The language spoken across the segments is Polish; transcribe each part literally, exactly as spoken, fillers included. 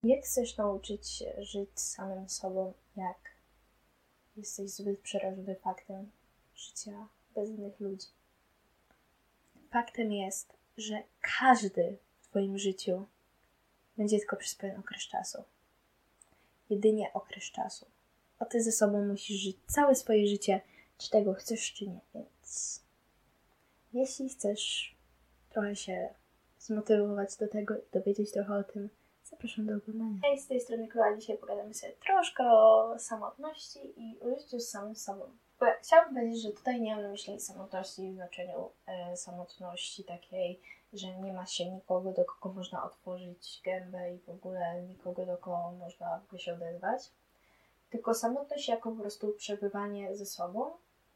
Jak chcesz nauczyć się żyć samym sobą, jak jesteś zbyt przerażony faktem życia bez innych ludzi? Faktem jest, że każdy w twoim życiu będzie tylko przez pewien okres czasu. Jedynie okres czasu. A ty ze sobą musisz żyć całe swoje życie, czy tego chcesz, czy nie. Więc jeśli chcesz trochę się zmotywować do tego i dowiedzieć trochę o tym, zapraszam do oglądania. Hej, z tej strony Króla. Dzisiaj pogadamy sobie troszkę o samotności i o życiu z samym sobą. Bo ja chciałabym powiedzieć, że tutaj nie mam na myśli samotności w znaczeniu e, samotności takiej, że nie ma się nikogo, do kogo można otworzyć gębę i w ogóle nikogo, do kogo można by się odezwać. Tylko samotność jako po prostu przebywanie ze sobą,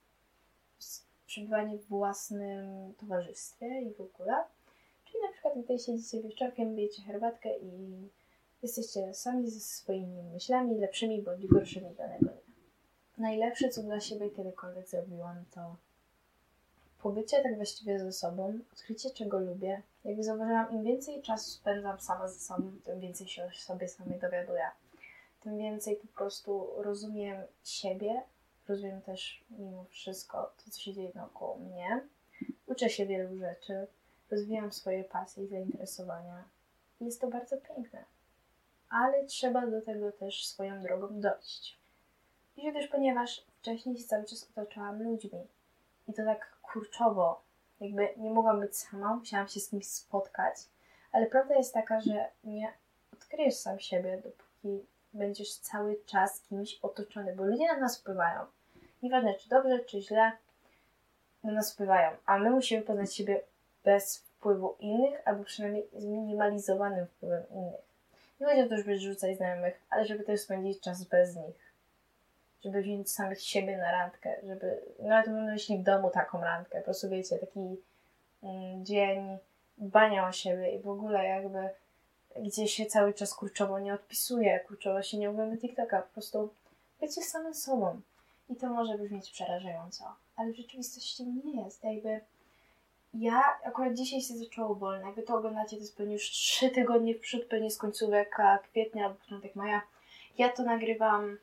przebywanie w własnym towarzystwie i w ogóle. Czyli na przykład gdy siedzicie wieczorkiem, pijecie herbatkę i jesteście sami ze swoimi myślami, lepszymi bądź gorszymi danego dnia. Najlepsze, co dla siebie kiedykolwiek zrobiłam, to pobycie tak właściwie ze sobą, odkrycie, czego lubię. Jakby zauważyłam, im więcej czasu spędzam sama ze sobą, tym więcej się o sobie samej dowiaduję. Tym więcej po prostu rozumiem siebie, rozumiem też mimo wszystko to, co się dzieje naokoło mnie. Uczę się wielu rzeczy, rozwijam swoje pasje i zainteresowania. Jest to bardzo piękne. Ale trzeba do tego też swoją drogą dojść. I też ponieważ wcześniej się cały czas otaczałam ludźmi. I to tak kurczowo. Jakby nie mogłam być sama, musiałam się z kimś spotkać. Ale prawda jest taka, że nie odkryjesz sam siebie, dopóki będziesz cały czas kimś otoczony. Bo ludzie na nas wpływają. Nieważne czy dobrze, czy źle, na nas wpływają. A my musimy poznać siebie bez wpływu innych, albo przynajmniej zminimalizowanym wpływem innych. Nie chodzi o to, żeby rzucać znajomych, ale żeby też spędzić czas bez nich. Żeby wziąć samych siebie na randkę, żeby, nawet mam na myśli w domu taką randkę, po prostu wiecie, taki mm, dzień dbania o siebie i w ogóle jakby gdzie się cały czas kurczowo nie odpisuje, kurczowo się nie ogląda TikToka, po prostu bycie samym sobą. I to może brzmieć przerażająco, ale w rzeczywistości nie jest, jakby ja akurat dzisiaj się zaczęło wolno. Jakby to oglądacie, to jest pewnie już trzy tygodnie w przód, pewnie z końcówek kwietnia albo początek maja. Ja to nagrywam,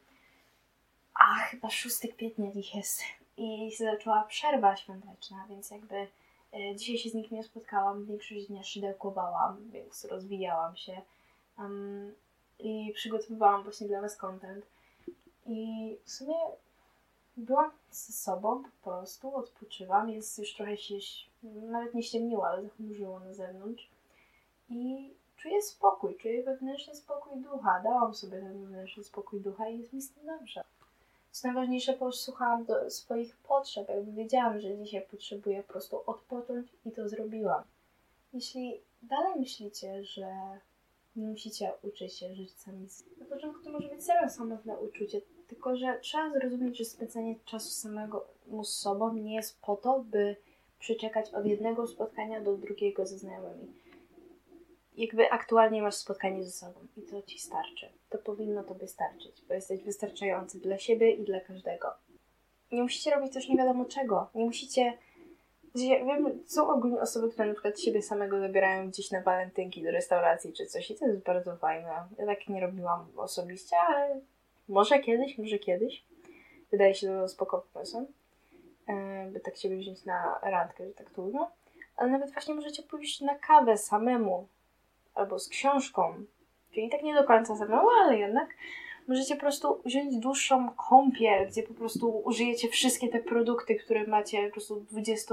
a chyba szóstego kwietnia dziś jest. I się zaczęła przerwa świąteczna, więc jakby e, dzisiaj się z nikim nie spotkałam. Większość dnia szydełkowałam, więc rozwijałam się. Um, I przygotowywałam właśnie dla was content. I w sumie byłam ze sobą po prostu, odpoczywam, jest już trochę się, nawet nie ściemniło, ale zachmurzyło na zewnątrz i czuję spokój, czuję wewnętrzny spokój ducha, dałam sobie ten wewnętrzny spokój ducha i jest mi z tym dobrze. Co najważniejsze, posłuchałam do swoich potrzeb, jakby wiedziałam, że dzisiaj potrzebuję po prostu odpocząć i to zrobiłam. Jeśli dalej myślicie, że nie musicie uczyć się żyć sami, na początku to może być serio samotne uczucie, tylko że trzeba zrozumieć, że spędzanie czasu samego z sobą nie jest po to, by przyczekać od jednego spotkania do drugiego ze znajomymi. Jakby aktualnie masz spotkanie ze sobą i to ci starczy. To powinno tobie starczyć, bo jesteś wystarczający dla siebie i dla każdego. Nie musicie robić też nie wiadomo czego. Nie musicie... Wiem, są ogólnie osoby, które na przykład siebie samego zabierają gdzieś na walentynki do restauracji czy coś i to jest bardzo fajne. Ja tak nie robiłam osobiście, ale może kiedyś, może kiedyś. Wydaje się to spoko pomysłem, by tak siebie wziąć na randkę, że tak to ujmę. Ale nawet właśnie możecie pójść na kawę samemu albo z książką. Czyli tak nie do końca samemu, ale jednak możecie po prostu wziąć dłuższą kąpiel, gdzie po prostu użyjecie wszystkie te produkty, które macie, po prostu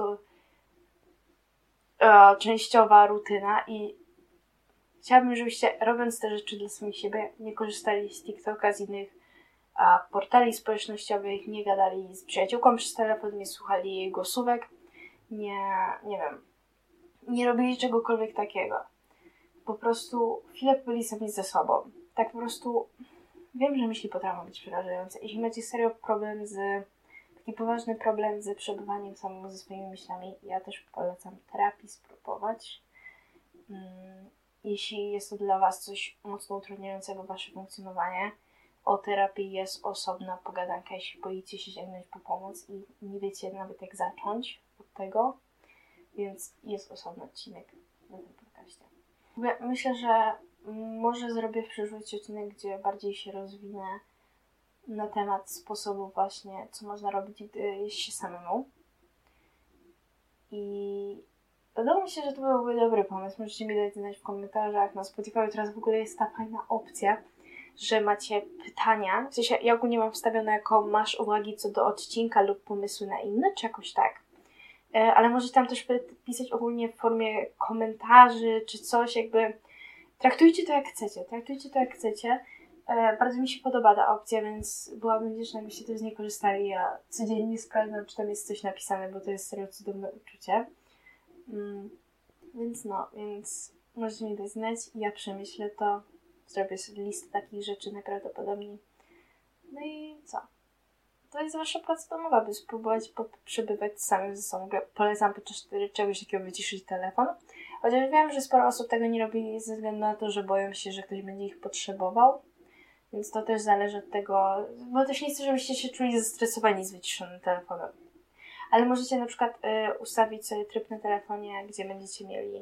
dwudziestoczęściowa rutyna i chciałabym, żebyście robiąc te rzeczy dla samych siebie nie korzystali z TikToka, z innych a, portali społecznościowych, nie gadali z przyjaciółką przez telefon, nie słuchali jej głosówek, nie, nie wiem, nie robili czegokolwiek takiego. Po prostu chwilę byli sami ze sobą. Tak po prostu wiem, że myśli potrafią być przerażające. Jeśli macie serio problem z, taki poważny problem z przebywaniem samemu ze swoimi myślami, ja też polecam terapii spróbować. Hmm. Jeśli jest to dla was coś mocno utrudniającego wasze funkcjonowanie, o terapii jest osobna pogadanka, jeśli boicie się sięgnąć po pomoc i nie wiecie nawet jak zacząć od tego, więc jest osobny odcinek na tym podcaście. Myślę, że Może zrobię w przyszłości odcinek, gdzie bardziej się rozwinę na temat sposobu właśnie, co można robić, gdy jest się samemu. I wydaje mi się, że to byłby dobry pomysł. Możecie mi dać znać w komentarzach. Na Spotify teraz w ogóle jest ta fajna opcja, że macie pytania. W sensie ja ogólnie mam wstawione jako masz uwagi co do odcinka lub pomysły na inne, czy jakoś tak. Ale możecie tam też pisać ogólnie w formie komentarzy, czy coś jakby. Traktujcie to jak chcecie, traktujcie to jak chcecie. E, bardzo mi się podoba ta opcja, więc byłabym wdzięczna, jakbyście też z niej korzystali. Ja codziennie sprawdzam, czy tam jest coś napisane, bo to jest serio cudowne uczucie. Mm, więc no, więc możecie mi dać znać i ja przemyślę to. Zrobię sobie listę takich rzeczy najprawdopodobniej. No i co? To jest wasza praca domowa, by spróbować przebywać samym ze sobą. Polecam podczas czegoś takiego wyciszyć telefon. Chociaż wiem, że sporo osób tego nie robi ze względu na to, że boją się, że ktoś będzie ich potrzebował. Więc to też zależy od tego, bo też nie chcę, żebyście się czuli zestresowani z wyciszonym telefonem. Ale możecie na przykład y, ustawić sobie tryb na telefonie, gdzie będziecie mieli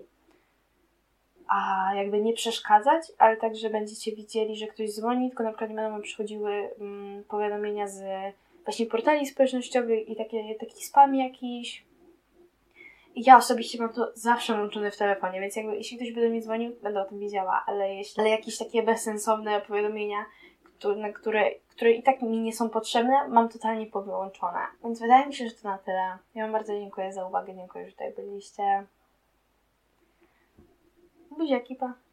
a jakby nie przeszkadzać, ale tak, że będziecie widzieli, że ktoś dzwoni, tylko na przykład nie będą przychodziły mm, powiadomienia z właśnie portali społecznościowych i takie, taki spam jakiś. I ja osobiście mam to zawsze włączone w telefonie, więc jakby jeśli ktoś by do mnie dzwonił, będę o tym wiedziała, ale jeśli ale jakieś takie bezsensowne powiadomienia, które, na które, które i tak mi nie są potrzebne, mam totalnie powyłączone. Więc wydaje mi się, że to na tyle. Ja wam bardzo dziękuję za uwagę, dziękuję, że tutaj byliście. Buziaki, pa!